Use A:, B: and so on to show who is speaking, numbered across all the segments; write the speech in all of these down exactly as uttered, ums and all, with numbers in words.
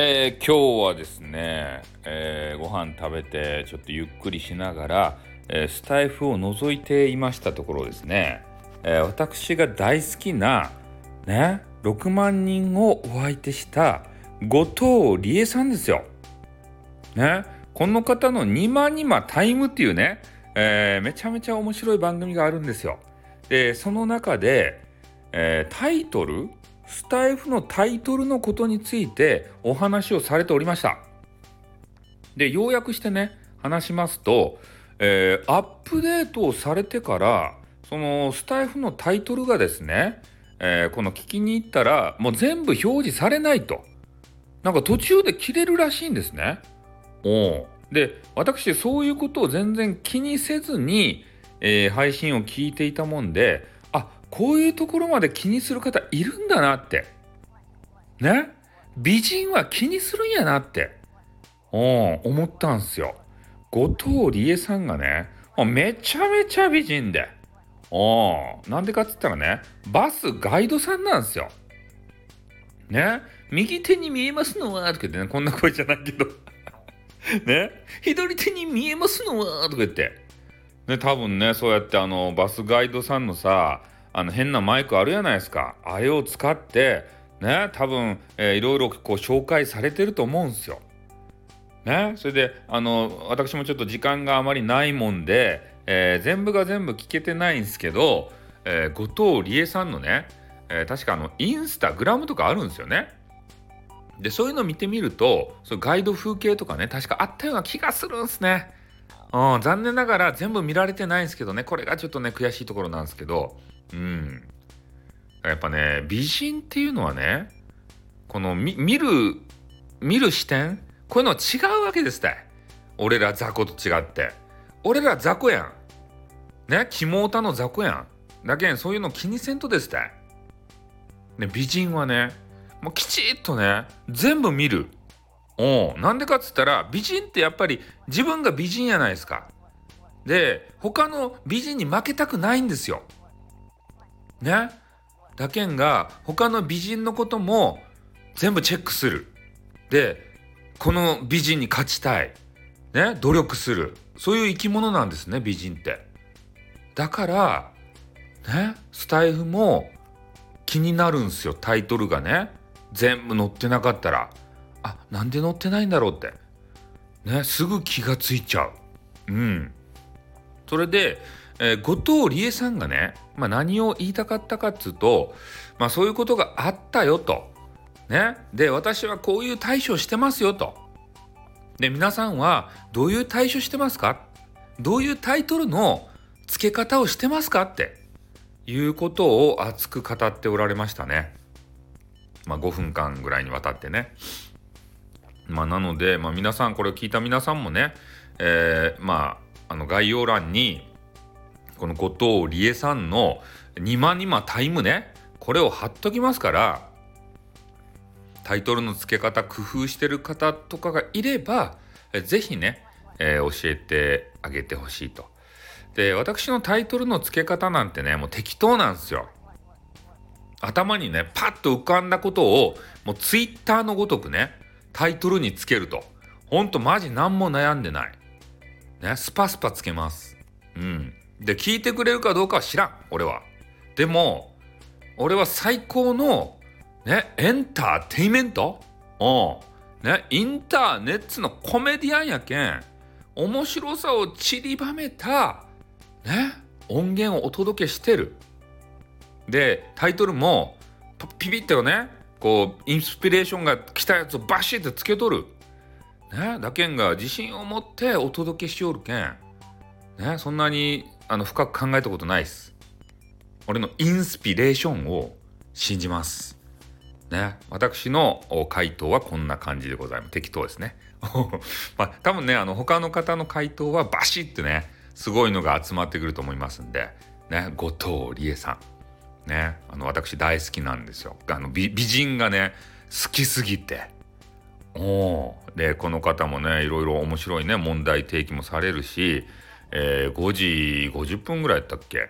A: えー今日はですね、えーご飯食べてちょっとゆっくりしながら、えースタイフを覗いていましたところですね、えー私が大好きなねろくまん人をお相手した後藤理恵さんですよ。ね、この方のにまにまタイムっていうね、えーめちゃめちゃ面白い番組があるんですよ。でその中で、えータイトルスタイフのタイトルのことについてお話をされておりました。で要約してね話しますと、えーアップデートをされてからそのスタイフのタイトルがですね、えーこの聞きに行ったらもう全部表示されないと、なんか途中で切れるらしいんですね。おで私そういうことを全然気にせずに、えー配信を聞いていたもんで、あ、こういうところまで気にする方いるんだなってね、美人は気にするんやなってお思ったんすよ。後藤理恵さんがねめちゃめちゃ美人で、おなんでかっつったらねバスガイドさんなんですよ。ね、右手に見えますのはとか言ってね、こんな声じゃないけどね、左手に見えますのはとか言って、ね、多分ねそうやってあのバスガイドさんのさあの変なマイクあるじゃないですか、あれを使ってね多分、えーいろいろこう紹介されてると思うんですよ。ね、それであの私もちょっと時間があまりないもんで、えー全部が全部聞けてないんですけど、えー後藤理恵さんのね、えー確かあのインスタグラムとかあるんですよね。でそういうのを見てみるとそうガイド風景とかね確かあったような気がするんですね。うん、残念ながら全部見られてないんですけどね、これがちょっとね悔しいところなんですけど、うんやっぱね美人っていうのはねこの見見る見る視点こういうの違うわけですって。俺ら雑魚と違って俺ら雑魚やんね、キモータの雑魚やんだけんそういうの気にせんとですってね。美人はねもうきちっとね全部見る。おなんでかっつったら美人ってやっぱり自分が美人やないですか。で他の美人に負けたくないんですよね。だけんが他の美人のことも全部チェックする。でこの美人に勝ちたいね、努力する、そういう生き物なんですね美人って。だからねスタイフも気になるんすよ、タイトルがね全部載ってなかったら、あ、なんで載ってないんだろうってねすぐ気がついちゃう。うんそれで、えー後藤理恵さんがね、まあ、何を言いたかったかっつうと、まあ、そういうことがあったよとね、で私はこういう対処してますよと、で皆さんはどういう対処してますか、どういうタイトルの付け方をしてますかっていうことを熱く語っておられましたね。まあごふんかんぐらいにわたってね。まあなので、まあ、皆さんこれを聞いた皆さんもね、えー、まああの概要欄にこの後藤理恵さんのにまにまタイムねこれを貼っときますから、タイトルの付け方工夫してる方とかがいればえぜひね、えー教えてあげてほしいと。で私のタイトルの付け方なんてねもう適当なんですよ。頭にねパッと浮かんだことをもうツイッターのごとくねタイトルにつけると、ほんとマジ何も悩んでないね、スパスパつけます。うんで聞いてくれるかどうかは知らん俺は。でも俺は最高のねエンターテイメントうんねインターネットのコメディアンやけん、面白さを散りばめたね音源をお届けしてる。でタイトルもピピッとねこうインスピレーションが来たやつをバシッとつけとるね。だけんが自信を持ってお届けしよるけんね、そんなにあの深く考えたことないです。俺のインスピレーションを信じますね。私の回答はこんな感じでございます。適当ですねまあ多分ねあの他の方の回答はバシッとねすごいのが集まってくると思いますんでね。後藤理恵さんね、あの私大好きなんですよ。あの 美, 美人がね好きすぎて、おでこの方もねいろいろ面白いね問題提起もされるし、えー、ごじごじゅっぷんぐらいやったっけ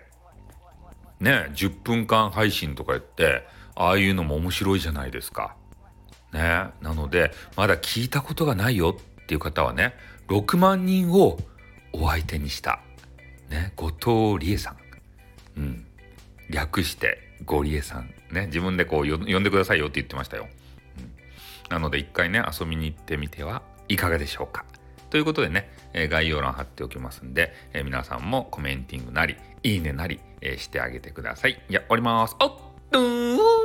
A: ね、じゅっぷんかん配信とかやってああいうのも面白いじゃないですかね、なのでまだ聞いたことがないよっていう方はね、ろくまんにんをお相手にした、ね、後藤理恵さん、うん、略してゴリエさんね、自分でこうよ呼んでくださいよって言ってましたよ、うん、なので一回ね遊びに行ってみてはいかがでしょうか。ということでね、えー、概要欄貼っておきますんで、えー、皆さんもコメンティングなりいいねなり、えー、してあげてください。じゃあ終わります。おっとー